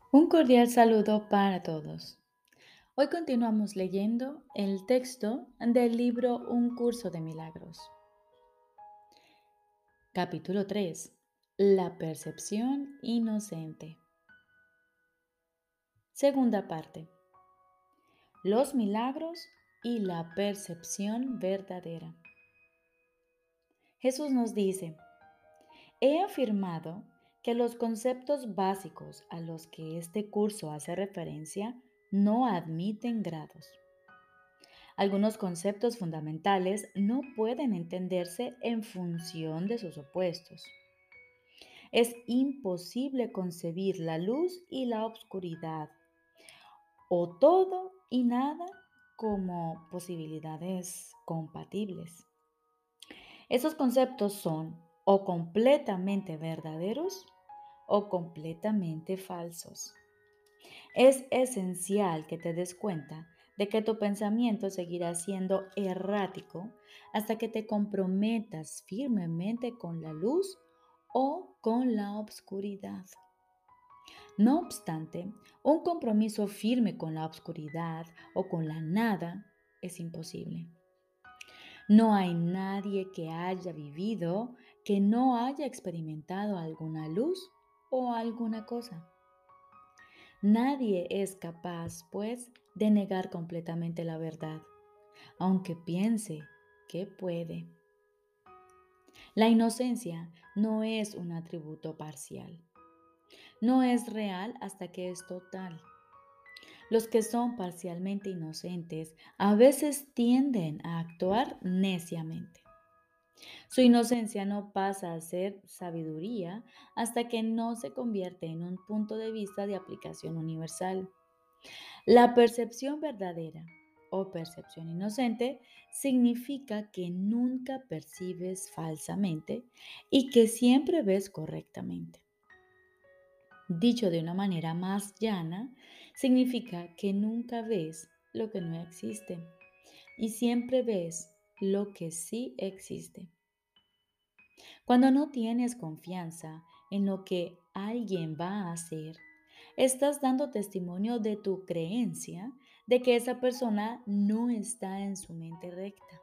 Un cordial saludo para todos. Hoy continuamos leyendo el texto del libro Un curso de milagros. Capítulo 3. La percepción inocente. Segunda parte. Los milagros y la percepción verdadera. Jesús nos dice, he afirmado que los conceptos básicos a los que este curso hace referencia no admiten grados. Algunos conceptos fundamentales no pueden entenderse en función de sus opuestos. Es imposible concebir la luz y la oscuridad, o todo y nada, como posibilidades compatibles. Esos conceptos son o completamente verdaderos o completamente falsos. Es esencial que te des cuenta de que tu pensamiento seguirá siendo errático hasta que te comprometas firmemente con la luz o con la obscuridad. No obstante, un compromiso firme con la obscuridad o con la nada es imposible. No hay nadie que haya vivido que no haya experimentado alguna luz o alguna cosa. Nadie es capaz, pues, de negar completamente la verdad, aunque piense que puede. La inocencia no es un atributo parcial. No es real hasta que es total. Los que son parcialmente inocentes a veces tienden a actuar neciamente. Su inocencia no pasa a ser sabiduría hasta que no se convierte en un punto de vista de aplicación universal. La percepción verdadera o percepción inocente significa que nunca percibes falsamente y que siempre ves correctamente. Dicho de una manera más llana, significa que nunca ves lo que no existe y siempre ves lo que sí existe. Cuando no tienes confianza en lo que alguien va a hacer, estás dando testimonio de tu creencia de que esa persona no está en su mente recta.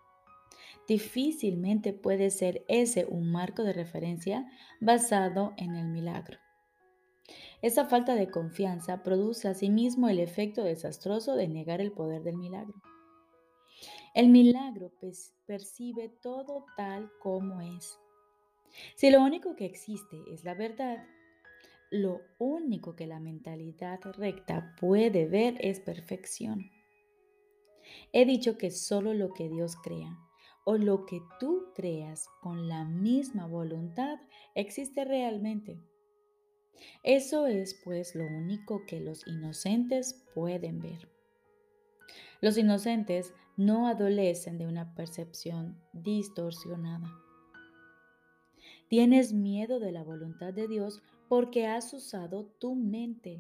Difícilmente puede ser ese un marco de referencia basado en el milagro. Esa falta de confianza produce asimismo el efecto desastroso de negar el poder del milagro. El milagro percibe todo tal como es. Si lo único que existe es la verdad, lo único que la mentalidad recta puede ver es perfección. He dicho que solo lo que Dios crea o lo que tú creas con la misma voluntad existe realmente. Eso es pues lo único que los inocentes pueden ver. Los inocentes no adolecen de una percepción distorsionada. Tienes miedo de la voluntad de Dios porque has usado tu mente,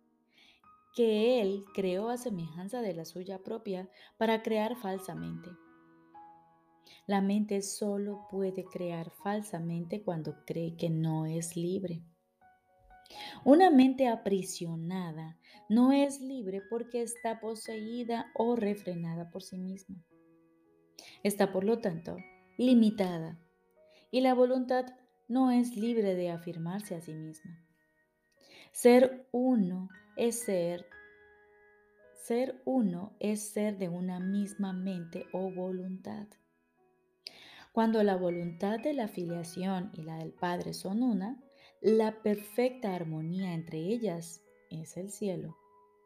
que Él creó a semejanza de la suya propia para crear falsamente. La mente solo puede crear falsamente cuando cree que no es libre. Una mente aprisionada no es libre porque está poseída o refrenada por sí misma. Está, por lo tanto, limitada y la voluntad no es libre de afirmarse a sí misma. Ser uno es ser uno es ser de una misma mente o voluntad. Cuando la voluntad de la filiación y la del Padre son una, la perfecta armonía entre ellas es el cielo.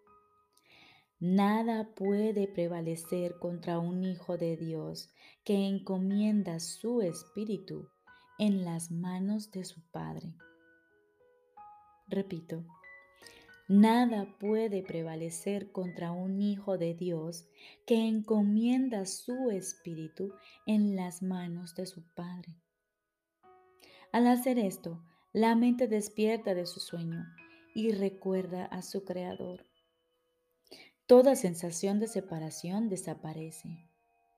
Nada puede prevalecer contra un hijo de Dios que encomienda su espíritu en las manos de su Padre. Repito, nada puede prevalecer contra un hijo de Dios que encomienda su espíritu en las manos de su Padre. Al hacer esto, la mente despierta de su sueño y recuerda a su Creador. Toda sensación de separación desaparece.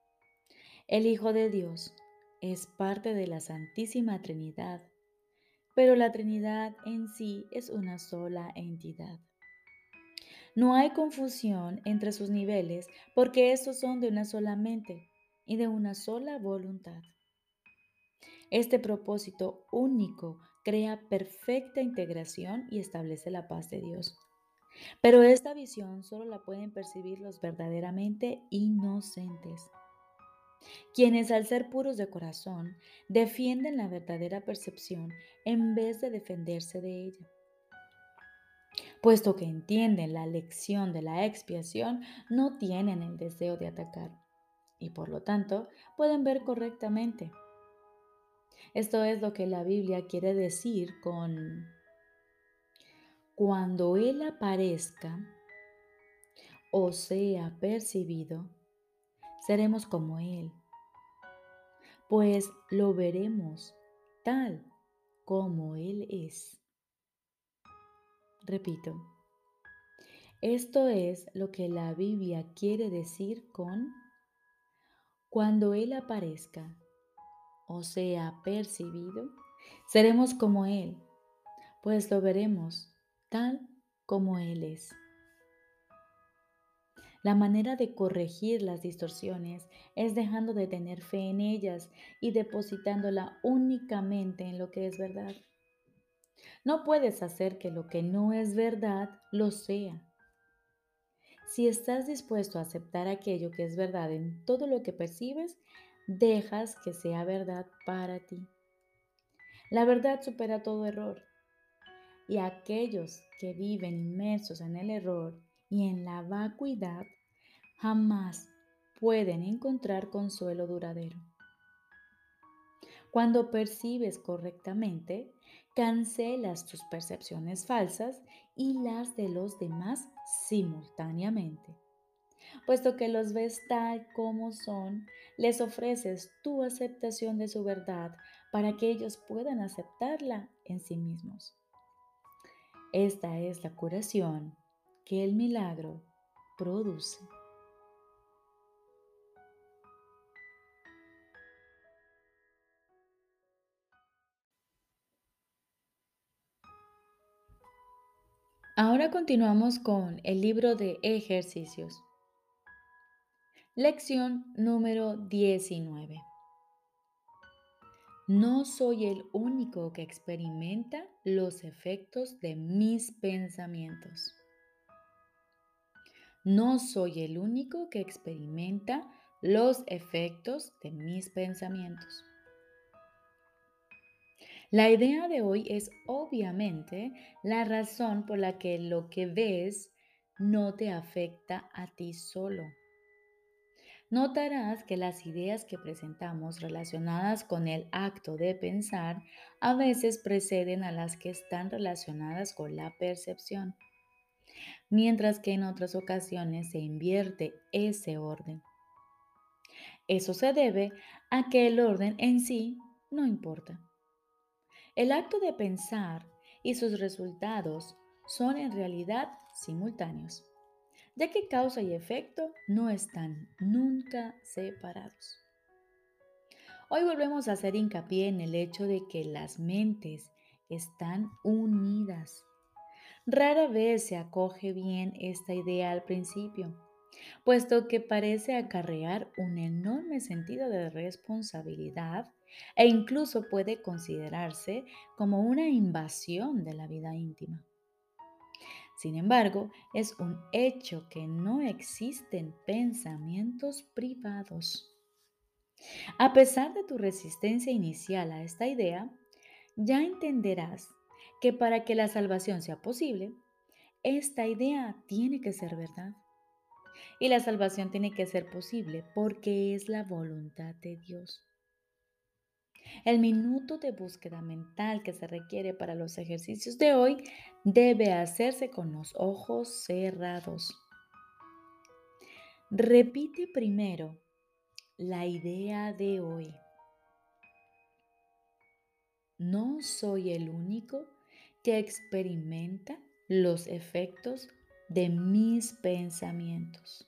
El Hijo de Dios es parte de la Santísima Trinidad, pero la Trinidad en sí es una sola entidad. No hay confusión entre sus niveles porque estos son de una sola mente y de una sola voluntad. Este propósito único crea perfecta integración y establece la paz de Dios. Pero esta visión solo la pueden percibir los verdaderamente inocentes, quienes al ser puros de corazón defienden la verdadera percepción en vez de defenderse de ella. Puesto que entienden la lección de la expiación, no tienen el deseo de atacar y por lo tanto pueden ver correctamente. Esto es lo que la Biblia quiere decir con cuando Él aparezca o sea percibido, seremos como Él, pues lo veremos tal como Él es. Repito, esto es lo que la Biblia quiere decir con cuando Él aparezca o sea percibido, seremos como Él, pues lo veremos tal como Él es. La manera de corregir las distorsiones es dejando de tener fe en ellas y depositándola únicamente en lo que es verdad. No puedes hacer que lo que no es verdad lo sea. Si estás dispuesto a aceptar aquello que es verdad en todo lo que percibes, dejas que sea verdad para ti. La verdad supera todo error y aquellos que viven inmersos en el error y en la vacuidad jamás pueden encontrar consuelo duradero. Cuando percibes correctamente, cancelas tus percepciones falsas y las de los demás simultáneamente. Puesto que los ves tal como son, les ofreces tu aceptación de su verdad para que ellos puedan aceptarla en sí mismos. Esta es la curación que el milagro produce. Ahora continuamos con el libro de ejercicios. Lección número 19. No soy el único que experimenta los efectos de mis pensamientos. No soy el único que experimenta los efectos de mis pensamientos. La idea de hoy es obviamente la razón por la que lo que ves no te afecta a ti solo. Notarás que las ideas que presentamos relacionadas con el acto de pensar a veces preceden a las que están relacionadas con la percepción, mientras que en otras ocasiones se invierte ese orden. Eso se debe a que el orden en sí no importa. El acto de pensar y sus resultados son en realidad simultáneos, ya que causa y efecto no están nunca separados. Hoy volvemos a hacer hincapié en el hecho de que las mentes están unidas. Rara vez se acoge bien esta idea al principio, puesto que parece acarrear un enorme sentido de responsabilidad e incluso puede considerarse como una invasión de la vida íntima. Sin embargo, es un hecho que no existen pensamientos privados. A pesar de tu resistencia inicial a esta idea, ya entenderás que para que la salvación sea posible, esta idea tiene que ser verdad. Y la salvación tiene que ser posible porque es la voluntad de Dios. El minuto de búsqueda mental que se requiere para los ejercicios de hoy debe hacerse con los ojos cerrados. Repite primero la idea de hoy. No soy el único que experimenta los efectos de mis pensamientos.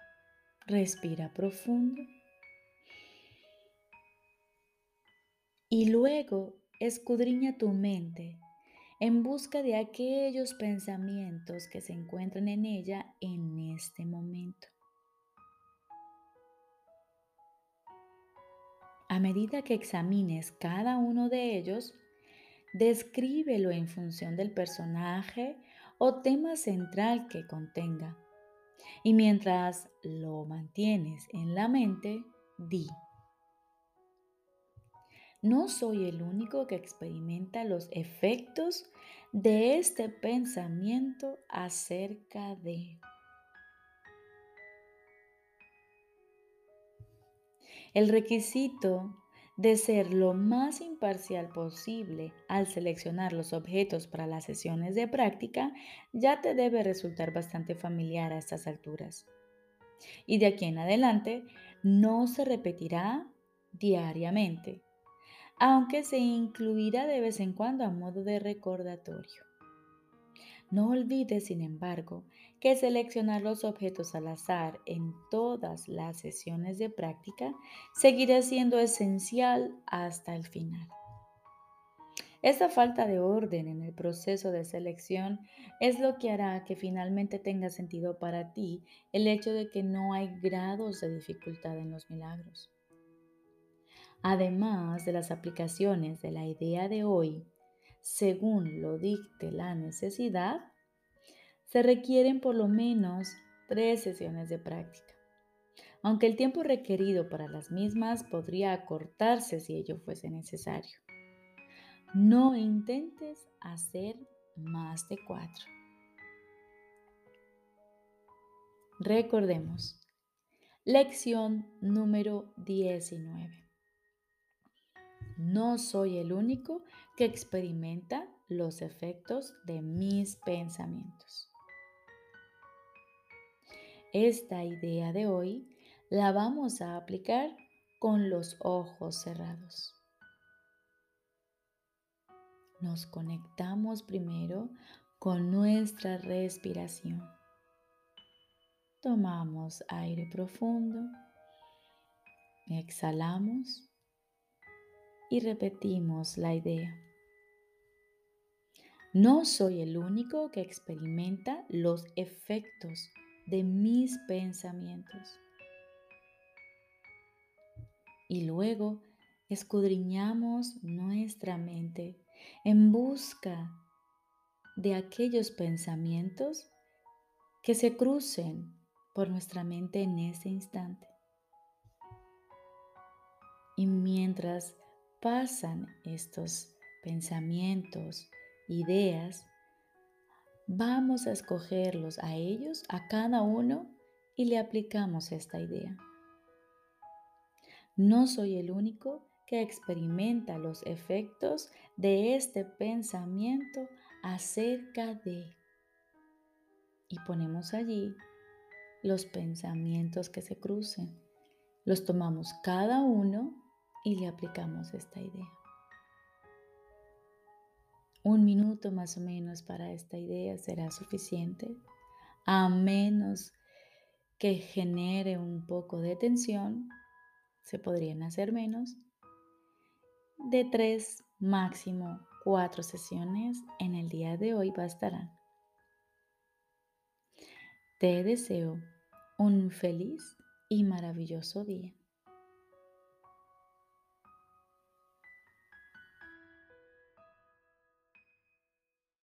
Respira profundo Y luego escudriña tu mente en busca de aquellos pensamientos que se encuentran en ella en este momento. A medida que examines cada uno de ellos, descríbelo en función del personaje o tema central que contenga. Y mientras lo mantienes en la mente, di, no soy el único que experimenta los efectos de este pensamiento acerca de. El requisito de ser lo más imparcial posible al seleccionar los objetos para las sesiones de práctica ya te debe resultar bastante familiar a estas alturas. Y de aquí en adelante no se repetirá diariamente, aunque se incluirá de vez en cuando a modo de recordatorio. No olvides, sin embargo, que seleccionar los objetos al azar en todas las sesiones de práctica seguirá siendo esencial hasta el final. Esta falta de orden en el proceso de selección es lo que hará que finalmente tenga sentido para ti el hecho de que no hay grados de dificultad en los milagros. Además de las aplicaciones de la idea de hoy, según lo dicte la necesidad, se requieren por lo menos 3 sesiones de práctica, aunque el tiempo requerido para las mismas podría acortarse si ello fuese necesario. No intentes hacer más de 4. Recordemos, lección número 19. No soy el único que experimenta los efectos de mis pensamientos. Esta idea de hoy la vamos a aplicar con los ojos cerrados. Nos conectamos primero con nuestra respiración. Tomamos aire profundo, exhalamos y repetimos la idea. No soy el único que experimenta los efectos de mis pensamientos. Y luego escudriñamos nuestra mente en busca de aquellos pensamientos que se crucen por nuestra mente en ese instante. Y mientras pasan estos pensamientos, ideas, vamos a escogerlos a ellos, a cada uno, y le aplicamos esta idea. No soy el único que experimenta los efectos de este pensamiento acerca de. Y ponemos allí los pensamientos que se crucen. Los tomamos cada uno y le aplicamos esta idea. 1 minuto más o menos para esta idea será suficiente, a menos que genere un poco de tensión, se podrían hacer menos, de 3, máximo 4 sesiones en el día de hoy bastarán. Te deseo un feliz y maravilloso día.